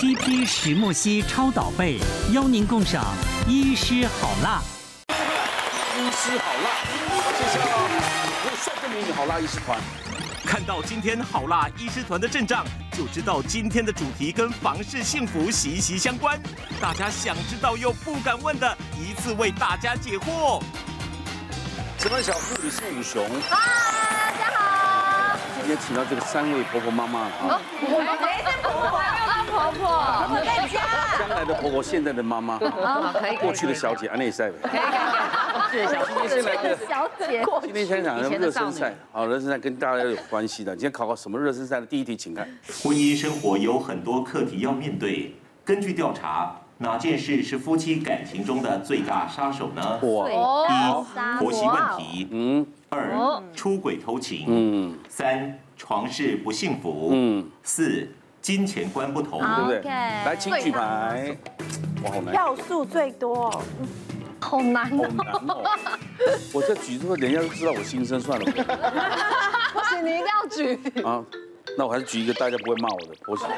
TP 石墨烯超导被，邀您共赏医师好辣。 医师好辣，接下来为帅哥美女好辣医师团。 看到今天好辣医师团的阵仗，就知道今天的主题跟房事幸福息息相关。大家想知道又不敢问的，一次为大家解惑。 值班小助理是武雄。 大家好。 今天请到这个3位婆婆妈妈啊。 谁是婆婆？没有当婆婆，我在家。 将来的婆婆，现在的妈妈。 可以。 过去的小姐，安内赛。 可以。是小姐。 今天先讲热身赛，好，热身赛跟大家有关系的。今天考什么热身赛的第一题，请看。 婚姻生活有很多课题要面对，根据调查，哪件事是夫妻感情中的最大杀手呢？一、婆媳问题；2、出轨偷情；3、床事不幸福；4、金钱观不同， 对不对？来，请举牌。哇，好难。 票数最多。 好难哦！我这举之后，人家都知道我心声，算了。 不行，你一定要举啊！那我还是举一个大家不会骂我的婆媳。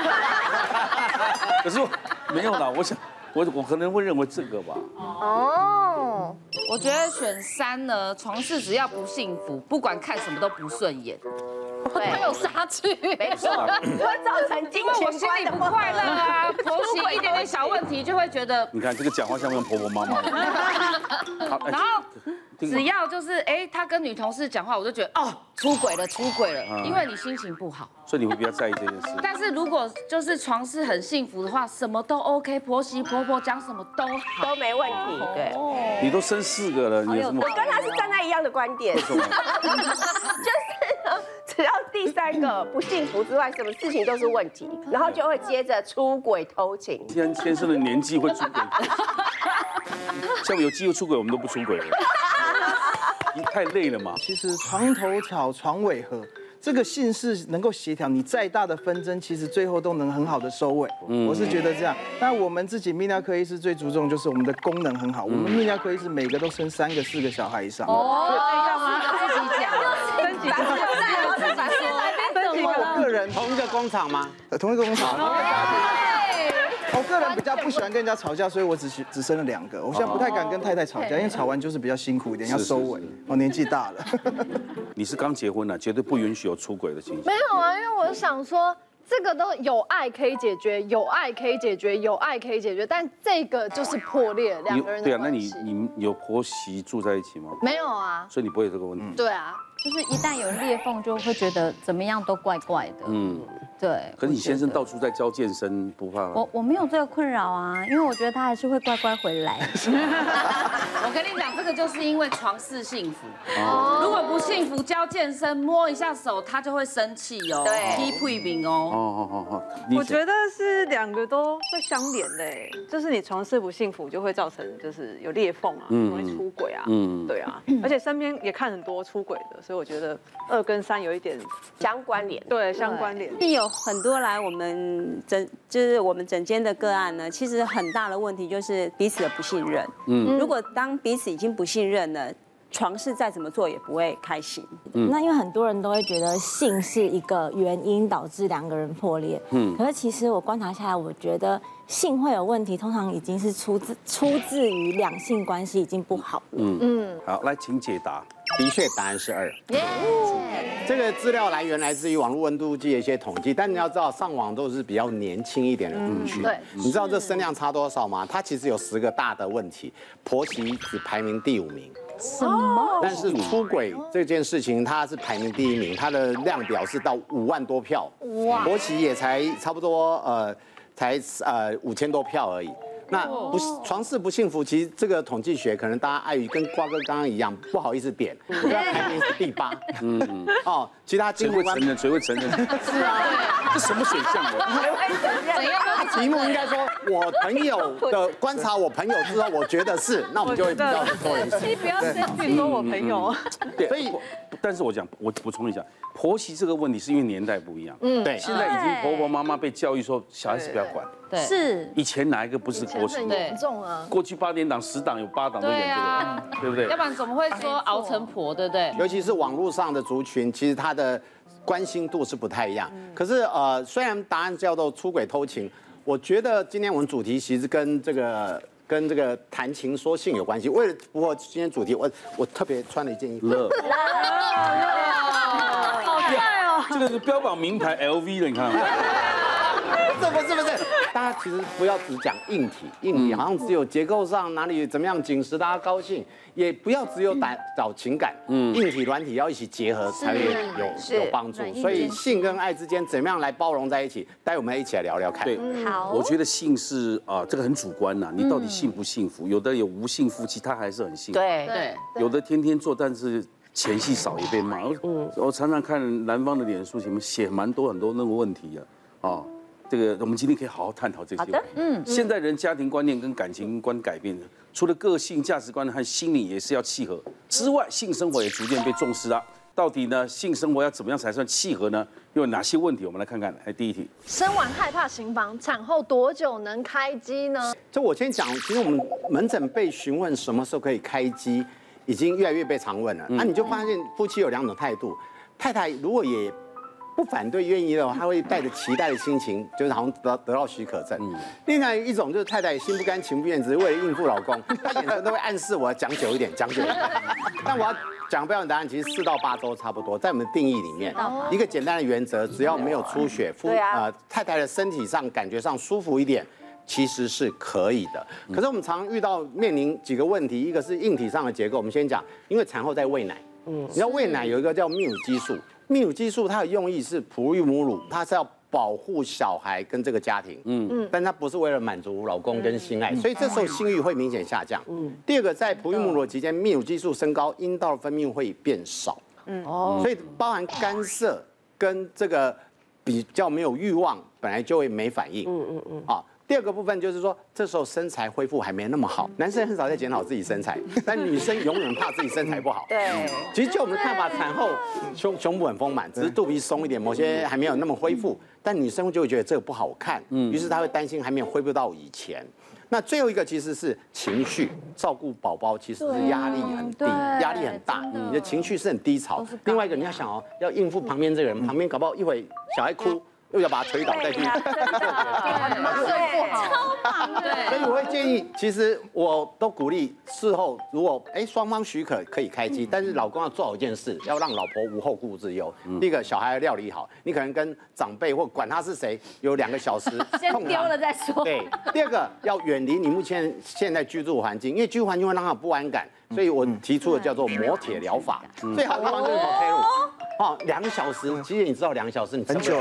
可是没有啦，我想我可能会认为这个吧。 哦，我觉得选3呢，床事只要不幸福，不管看什么都不顺眼。 对，有杀气， 没错，会造成金钱因为我心里不快乐啊，婆媳一点点小问题就会觉得。 你看这个讲话像不像婆婆妈妈？ 然后只要就是他跟女同事讲话，我就觉得哦，出轨了，因为你心情不好， 所以你会比较在意这件事。 但是如果就是床事很幸福的话，什么都 OK， 婆媳婆婆讲什么都好， 都没问题。对， 你都生4个了，你有什么？ 我跟他是站在一样的观点。 为什么？ 就是呢，只要第3个不幸福之外，什么事情都是问题，然后就会接着出轨偷情。 既然先生的年纪会出轨，像有机会出轨，我们都不出轨了。你太累了嘛。 其实床头吵，床尾和。这个姓氏能够协调，你再大的纷争，其实最后都能很好的收尾。我是觉得这样。那我们自己泌尿科医师最注重就是我们的功能很好。我们泌尿科医师每个都生3个、4个小孩以上。 哦，干嘛自己讲？ 升级个？ 我个人同一个工厂吗？ 同一个工厂。我个人比较不喜欢跟人家吵架，所以我只生了2个。我现在不太敢跟太太吵架，因为吵完就是比较辛苦一点，要收尾。我年纪大了。 你是刚结婚了，绝对不允许有出轨的情形。 没有啊，因为我想说，这个都有爱可以解决，有爱可以解决，有爱可以解决，但这个就是破裂2个人的对啊，那关系。 你有婆媳住在一起吗？ 没有啊， 所以你不会有这个问题。 对啊， 就是一旦有裂缝，就会觉得怎么样都怪怪的。对。 可是你先生到处在教健身，不怕吗？ 我没有这个困扰啊，因为我觉得他还是会乖乖回来。 我跟你讲，这个就是因为床事幸福。如果不幸福，教健身摸一下手，他就会生气哦，踢屁饼哦。 我觉得是2个都会相连的，就是你床事不幸福，就会造成就是有裂缝啊，容易出轨啊，对啊，而且身边也看很多出轨的，所以我觉得2跟3有一点相关联， 对，相关联。 有很多来我们诊间的个案呢，其实很大的问题就是彼此的不信任。如果当彼此已经不信任了，床事再怎么做也不会开心。 那因为很多人都会觉得性是一个原因导致2个人破裂。可是其实我观察下来，我觉得性会有问题，通常已经是出自于两性关系已经不好了。 好，来，请解答。 的确，答案是2。这个资料来源来自于网络温度计的一些统计，但你要知道，上网都是比较年轻一点的族群。 对， 你知道这声量差多少吗？它其实有10个大的问题，婆媳只排名第5名。 什么？ 但是出轨这件事情，它是排名第1名，它的量表是到5万多票，婆媳也才差不多才5000多票而已。那床事不幸福，其实这个统计学可能大家碍于跟瓜哥刚刚一样，不好意思点，我要排名是第8。哦，其他谁会承认？谁会承认？ 是啊， 这什么选项的？ 谁会承认？ 题目应该说，我朋友的观察，我朋友之后，我觉得是，那我们就会比较多人信。 你不要先去说我朋友。 对，所以，但是我补充一下，婆媳这个问题是因为年代不一样。 对， 现在已经婆婆妈妈被教育说，小孩子不要管。 是。 以前哪一个不是婆媳？ 很严重啊。 过去8点档、10档有8档都演这个，对不对？ 要不然怎么会说熬成婆，对不对？ 尤其是网络上的族群，其实他的关心度是不太一样。可是虽然答案叫做出轨偷情， 我觉得今天我们主题其实跟这个谈情说性有关系。为了符合今天主题，我特别穿了一件衣服。 好帅哦！ 这个是标榜名牌 LV 的，你看到吗？ 不是，大家其实不要只讲硬体好像只有结构上哪里怎么样紧实，大家高兴，也不要只有找情感，硬体软体要一起结合才会有帮助。所以性跟爱之间怎么样来包容在一起，待会我们一起来聊聊看。 对，好，我觉得性是这个很主观呐，你到底幸不幸福？有的有无性夫妻，他还是很幸福。 对， 有的天天做，但是前戏少也被骂。我常常看南方的脸书前面写蛮多很多那个问题啊。这个我们今天可以好好探讨这些。好的，现在人家庭观念跟感情观改变了，除了个性、价值观和心理也是要契合之外，性生活也逐渐被重视啊。到底呢，性生活要怎么样才算契合呢？又有哪些问题？我们来看看。来，第一题， 生完害怕行房，产后多久能开机呢？ 这我先讲，其实我们门诊被询问什么时候可以开机，已经越来越被常问了。那你就发现夫妻有两种态度，太太如果也不反对愿意的话，他会带着期待的心情，就是好像得到许可证。另外一种就是太太心不甘情不愿，只是为了应付老公，她眼神都会暗示我要讲久一点，讲久一点。但我要讲标准答案，其实4到8周差不多，在我们的定义里面，一个简单的原则，只要没有出血，太太的身体上感觉上舒服一点，其实是可以的。可是我们常遇到面临几个问题，一个是硬体上的结构，我们先讲，因为产后在喂奶，你知道喂奶有一个叫泌乳激素。泌乳激素它的用意是哺育母乳，它是要保护小孩跟这个家庭，但它不是为了满足老公跟性爱，所以这时候性欲会明显下降。第二个，在哺育母乳期间，泌乳激素升高，阴道的分泌会变少，所以包含干涉跟这个比较没有欲望，本来就会没反应，第二个部分就是说，这时候身材恢复还没那么好，男生很少在检讨自己身材，但女生永远怕自己身材不好。 对， 其实就我们的看法，产后胸部很丰满，只是肚皮松一点，某些还没有那么恢复，但女生就会觉得这个不好看，于是她会担心还没有恢复到以前。那最后一个其实是情绪，照顾宝宝其实是压力很低，压力很大，你的情绪是很低潮。另外一个你要想哦，要应付旁边这个人，旁边搞不好一会小孩哭。又要把他推倒再去， 睡不好， 超忙的。 所以我会建议，其实我都鼓励事后如果双方许可可以开机，但是老公要做好一件事，要让老婆无后顾之忧。第一个，小孩料理好，你可能跟长辈或管他是谁，有2个小时先丢了再说。 对。第二个，要远离你目前现在居住环境，因为居住环境会让他有不安感，所以我提出的叫做磨铁疗法，最好的地方就是摩铁路。2个小时，其实你知道2个小时你很久，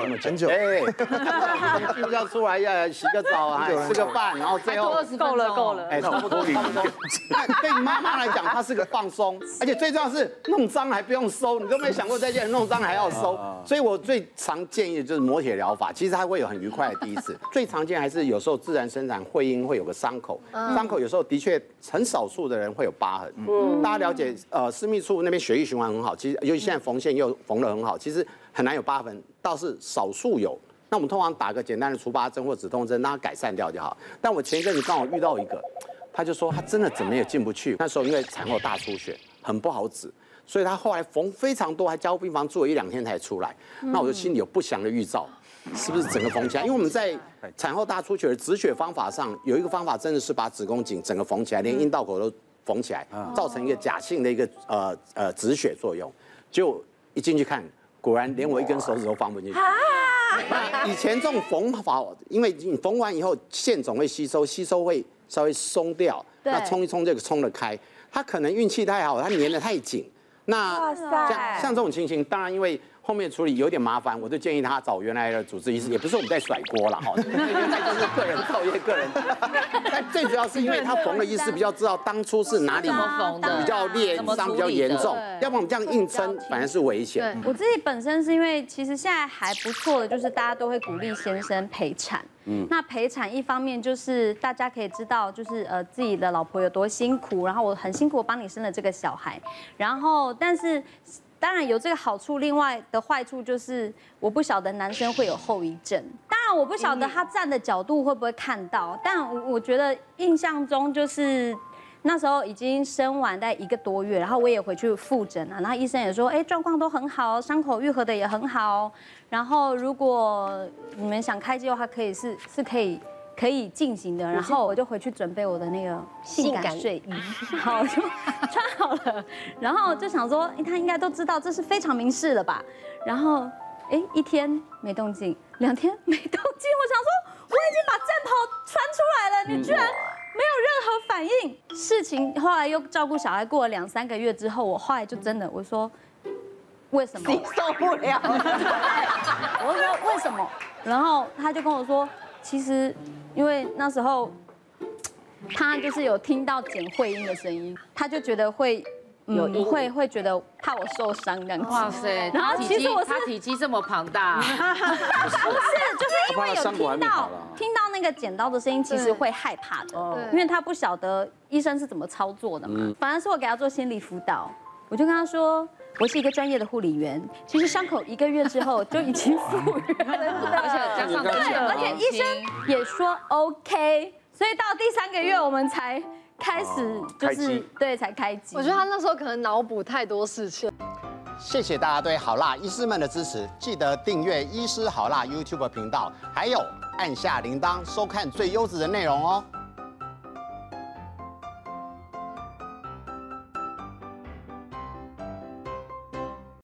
睡觉出来要洗个澡，吃个饭，然后最后够了， 差不多。那对妈妈来讲，它是个放松，而且最重要是弄脏还不用收，你都没想过在家里弄脏还要收。所以我最常建议的就是磨铁疗法，其实它会有很愉快的第一次。最常见还是有时候自然生产会阴会有个伤口，伤口有时候的确很少数的人会有疤痕。大家了解私密处那边血液循环很好，其实尤其现在缝线又缝得很好，其实很难有疤痕，倒是少数有。那我们通常打个简单的除疤针或止痛针，让它改善掉就好。但我前一阵子刚好遇到一个，他就说他真的怎么也进不去。那时候因为产后大出血，很不好止，所以他后来缝非常多，还加护病房住了1-2天才出来。那我就心里有不祥的预兆，是不是整个缝起来？因为我们在产后大出血的止血方法上有一个方法，真的是把子宫颈整个缝起来，连阴道口都缝起来，造成一个假性的一个止血作用。就一进去看，果然连我一根手指都放不进去。以前这种缝法，因为你缝完以后线总会吸收会稍微松掉，那冲一冲这个冲得开。他可能运气太好，他粘得太紧。那像这种情形，当然因为后面处理有点麻烦，我就建议他找原来的主治医师，也不是我们在甩锅了哈，原来就是个人造业个人。但最主要是因为他缝的医师比较知道当初是哪里比较裂伤比较严重，要不然我们这样硬撑反而是危险。 我自己本身是因为其实现在还不错的，就是大家都会鼓励先生陪产。那陪产一方面就是大家可以知道，就是自己的老婆有多辛苦，然后我很辛苦，我帮你生了这个小孩，然后但是。当然有这个好处，另外的坏处就是我不晓得男生会有后遗症。当然我不晓得他站的角度会不会看到，但我觉得印象中就是那时候已经生完大概1个多月，然后我也回去复诊了，然后医生也说，状况都很好，伤口愈合的也很好。然后如果你们想开机的话，可以是可以可以进行的，然后我就回去准备我的那个性感睡衣，好，就穿好了，然后就想说，他应该都知道这是非常明示了吧？然后，1天没动静，2天没动静，我想说我已经把战袍穿出来了，你居然没有任何反应。事情后来又照顾小孩，过了2、3个月之后，我后来就真的我说，为什么？ 你受不了？ 我说为什么？然后他就跟我说，其实因为那时候他就是有听到剪会阴的声音，他就觉得会会觉得怕我受伤这样子。哇塞！然后其实他体积这么庞大， 不是，就是因为有听到那个剪刀的声音，其实会害怕的，因为他不晓得医生是怎么操作的嘛。反而是我给他做心理辅导，我就跟他说。我是一个专业的护理员，其实伤口1个月之后就已经复原了，而且医生也说 OK， 所以到第3个月我们才开始才开机。 我觉得他那时候可能脑补太多事情。 谢谢大家对好辣医师们的支持，记得订阅医师好辣 YouTube 频道，还有按下铃铛收看最优质的内容哦。